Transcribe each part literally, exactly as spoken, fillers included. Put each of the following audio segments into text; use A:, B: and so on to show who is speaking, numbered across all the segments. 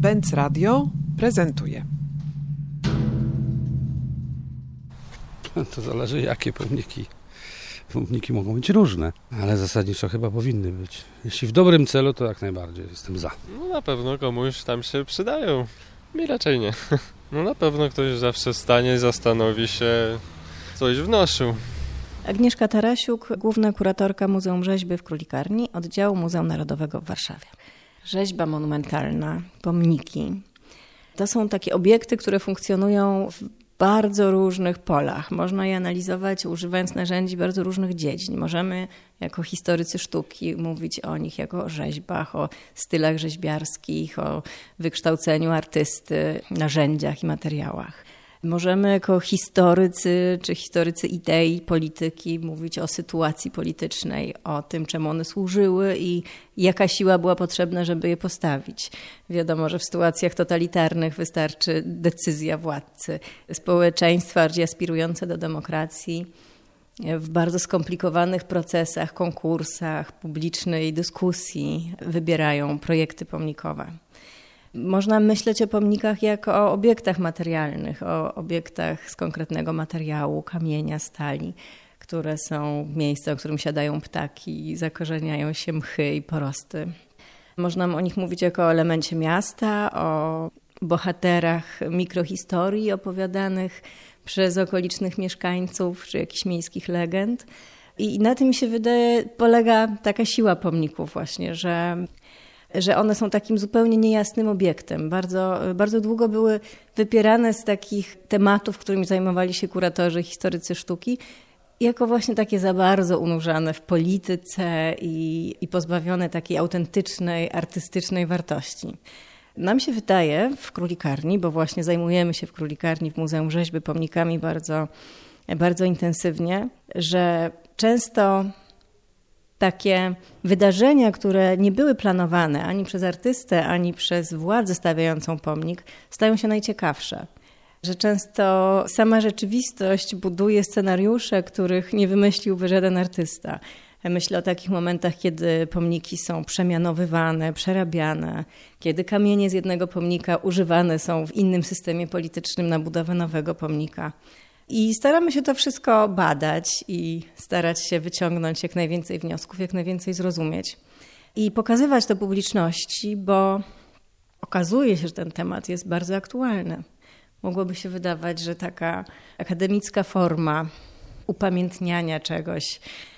A: Benz Radio prezentuje.
B: To zależy jakie pomniki. Pomniki mogą być różne, ale zasadniczo chyba powinny być. Jeśli w dobrym celu, to jak najbardziej jestem za.
C: No na pewno komuś tam się przydają. Mi raczej nie. No na pewno ktoś zawsze stanie, zastanowi się, coś wnoszył.
D: Agnieszka Tarasiuk, główna kuratorka Muzeum Rzeźby w Królikarni, oddziału Muzeum Narodowego w Warszawie. Rzeźba monumentalna, pomniki, to są takie obiekty, które funkcjonują w bardzo różnych polach. Można je analizować używając narzędzi bardzo różnych dziedzin. Możemy jako historycy sztuki mówić o nich jako o rzeźbach, o stylach rzeźbiarskich, o wykształceniu artysty, narzędziach i materiałach. Możemy jako historycy czy historycy idei, polityki mówić o sytuacji politycznej, o tym, czemu one służyły i jaka siła była potrzebna, żeby je postawić. Wiadomo, że w sytuacjach totalitarnych wystarczy decyzja władcy. Społeczeństwa bardziej aspirujące do demokracji w bardzo skomplikowanych procesach, konkursach, publicznej dyskusji wybierają projekty pomnikowe. Można myśleć o pomnikach jako o obiektach materialnych, o obiektach z konkretnego materiału, kamienia, stali, które są miejscem, w którym siadają ptaki, zakorzeniają się mchy i porosty. Można o nich mówić jako o elemencie miasta, o bohaterach mikrohistorii opowiadanych przez okolicznych mieszkańców czy jakichś miejskich legend. I na tym, mi się wydaje, polega taka siła pomników właśnie, że że one są takim zupełnie niejasnym obiektem. Bardzo, bardzo długo były wypierane z takich tematów, którymi zajmowali się kuratorzy, historycy sztuki, jako właśnie takie za bardzo unurzane w polityce i, i pozbawione takiej autentycznej, artystycznej wartości. Nam się wydaje w Królikarni, bo właśnie zajmujemy się w Królikarni, w Muzeum Rzeźby pomnikami bardzo, bardzo intensywnie, że często takie wydarzenia, które nie były planowane ani przez artystę, ani przez władzę stawiającą pomnik, stają się najciekawsze. Że często sama rzeczywistość buduje scenariusze, których nie wymyśliłby żaden artysta. Myślę o takich momentach, kiedy pomniki są przemianowywane, przerabiane, kiedy kamienie z jednego pomnika używane są w innym systemie politycznym na budowę nowego pomnika. I staramy się to wszystko badać i starać się wyciągnąć jak najwięcej wniosków, jak najwięcej zrozumieć i pokazywać to publiczności, bo okazuje się, że ten temat jest bardzo aktualny. Mogłoby się wydawać, że taka akademicka forma upamiętniania czegoś,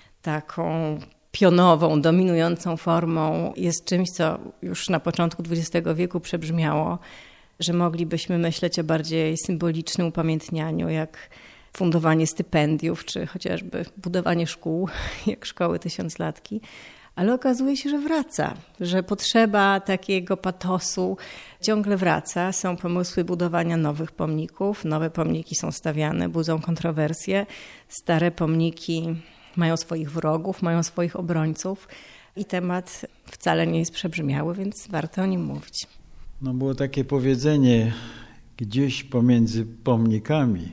D: taką pionową, dominującą formą jest czymś, co już na początku dwudziestego wieku przebrzmiało, że moglibyśmy myśleć o bardziej symbolicznym upamiętnianiu, jak fundowanie stypendiów, czy chociażby budowanie szkół, jak szkoły tysiąclatki. Ale okazuje się, że wraca, że potrzeba takiego patosu ciągle wraca. Są pomysły budowania nowych pomników, nowe pomniki są stawiane, budzą kontrowersje. Stare pomniki mają swoich wrogów, mają swoich obrońców i temat wcale nie jest przebrzmiały, więc warto o nim mówić.
E: No było takie powiedzenie, gdzieś pomiędzy pomnikami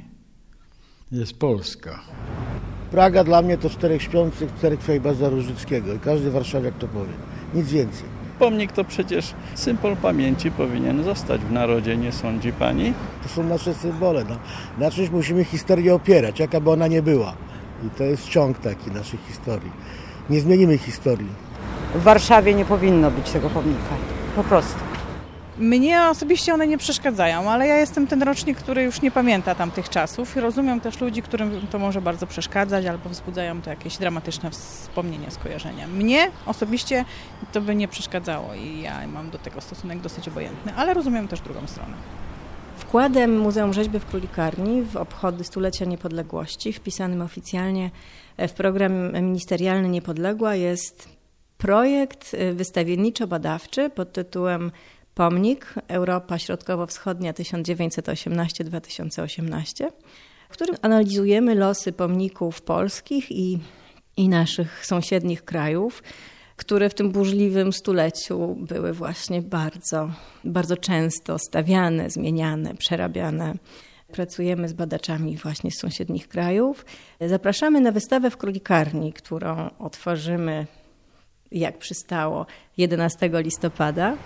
E: jest Polska.
F: Praga dla mnie to czterech śpiących w cerkwi Beza Różyckiego i każdy warszawiak to powie. Nic więcej.
G: Pomnik to przecież symbol pamięci powinien zostać w narodzie, nie sądzi pani?
F: To są nasze symbole. No. Na czymś musimy historię opierać, jaka by ona nie była. I to jest ciąg taki naszej historii. Nie zmienimy historii.
H: W Warszawie nie powinno być tego pomnika. Po prostu.
I: Mnie osobiście one nie przeszkadzają, ale ja jestem ten rocznik, który już nie pamięta tamtych czasów. Rozumiem też ludzi, którym to może bardzo przeszkadzać albo wzbudzają to jakieś dramatyczne wspomnienia, skojarzenia. Mnie osobiście to by nie przeszkadzało i ja mam do tego stosunek dosyć obojętny, ale rozumiem też drugą stronę.
D: Wkładem Muzeum Rzeźby w Królikarni w obchody stulecia niepodległości, wpisanym oficjalnie w program ministerialny Niepodległa, jest projekt wystawienniczo-badawczy pod tytułem Pomnik Europa Środkowo-Wschodnia tysiąc dziewięćset osiemnaście do dwa tysiące osiemnaście, w którym analizujemy losy pomników polskich i, i naszych sąsiednich krajów, które w tym burzliwym stuleciu były właśnie bardzo, bardzo często stawiane, zmieniane, przerabiane. Pracujemy z badaczami właśnie z sąsiednich krajów. Zapraszamy na wystawę w Królikarni, którą otworzymy, jak przystało, jedenastego listopada.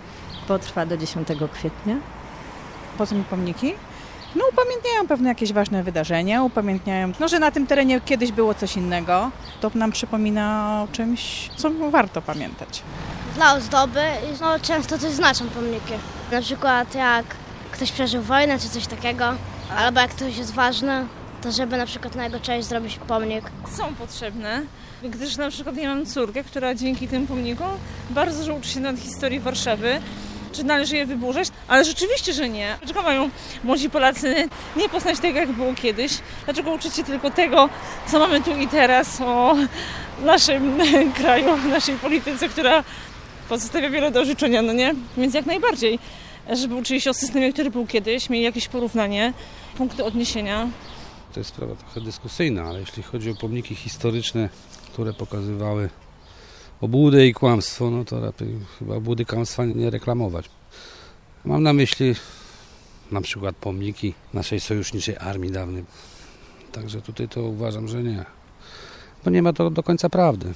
D: Potrwa do dziesiątego kwietnia.
I: Po co mi pomniki? No upamiętniają pewne jakieś ważne wydarzenia, upamiętniają, no, że na tym terenie kiedyś było coś innego. To nam przypomina o czymś, co warto pamiętać.
J: Dla ozdoby, no często coś znaczą pomniki. Na przykład jak ktoś przeżył wojnę czy coś takiego, albo jak ktoś jest ważny, to żeby na przykład na jego cześć zrobić pomnik.
K: Są potrzebne, gdyż na przykład ja mam córkę, która dzięki tym pomnikom bardzo dużo uczy się na historii Warszawy. Czy należy je wyburzać? Ale rzeczywiście, że nie. Dlaczego mają młodzi Polacy nie poznać tego, jak było kiedyś? Dlaczego uczyć się tylko tego, co mamy tu i teraz, o naszym kraju, naszej polityce, która pozostawia wiele do życzenia, no nie? Więc jak najbardziej, żeby uczyli się o systemie, który był kiedyś, mieli jakieś porównanie, punkty odniesienia.
B: To jest sprawa trochę dyskusyjna, ale jeśli chodzi o pomniki historyczne, które pokazywały obłudę i kłamstwo, no to lepiej chyba obłudy, kłamstwa nie reklamować. Mam na myśli na przykład pomniki naszej sojuszniczej armii dawnej. Także tutaj to uważam, że nie. Bo nie ma to do końca prawdy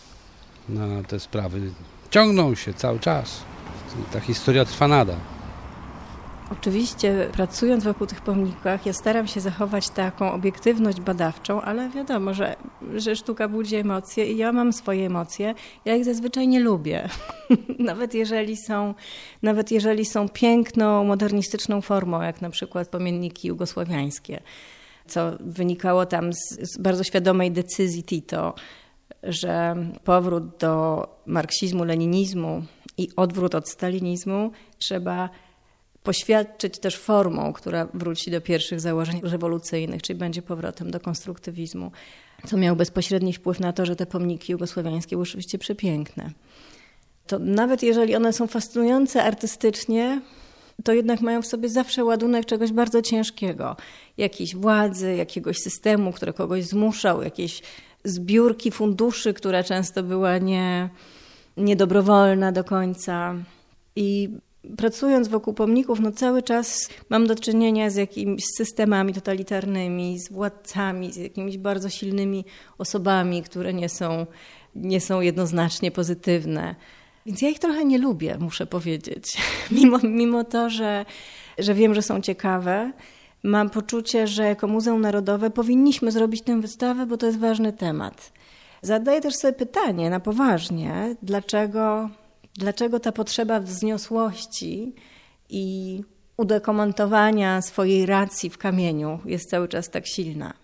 B: na te sprawy. Ciągną się cały czas. Ta historia trwa nadal.
D: Oczywiście pracując wokół tych pomnikach, ja staram się zachować taką obiektywność badawczą, ale wiadomo, że, że sztuka budzi emocje i ja mam swoje emocje. Ja ich zazwyczaj nie lubię. nawet, jeżeli są, nawet jeżeli są piękną, modernistyczną formą, jak na przykład pamiętniki jugosłowiańskie, co wynikało tam z, z bardzo świadomej decyzji Tito, że powrót do marksizmu, leninizmu i odwrót od stalinizmu trzeba poświadczyć też formą, która wróci do pierwszych założeń rewolucyjnych, czyli będzie powrotem do konstruktywizmu, co miało bezpośredni wpływ na to, że te pomniki jugosłowiańskie były oczywiście przepiękne. To nawet jeżeli one są fascynujące artystycznie, to jednak mają w sobie zawsze ładunek czegoś bardzo ciężkiego. Jakiejś władzy, jakiegoś systemu, który kogoś zmuszał, jakiejś zbiórki funduszy, która często była nie, niedobrowolna do końca. I pracując wokół pomników, no cały czas mam do czynienia z jakimiś systemami totalitarnymi, z władcami, z jakimiś bardzo silnymi osobami, które nie są, nie są jednoznacznie pozytywne. Więc ja ich trochę nie lubię, muszę powiedzieć. Mimo, mimo to, że, że wiem, że są ciekawe, mam poczucie, że jako Muzeum Narodowe powinniśmy zrobić tę wystawę, bo to jest ważny temat. Zadaję też sobie pytanie na poważnie, dlaczego... Dlaczego ta potrzeba wzniosłości i udokumentowania swojej racji w kamieniu jest cały czas tak silna?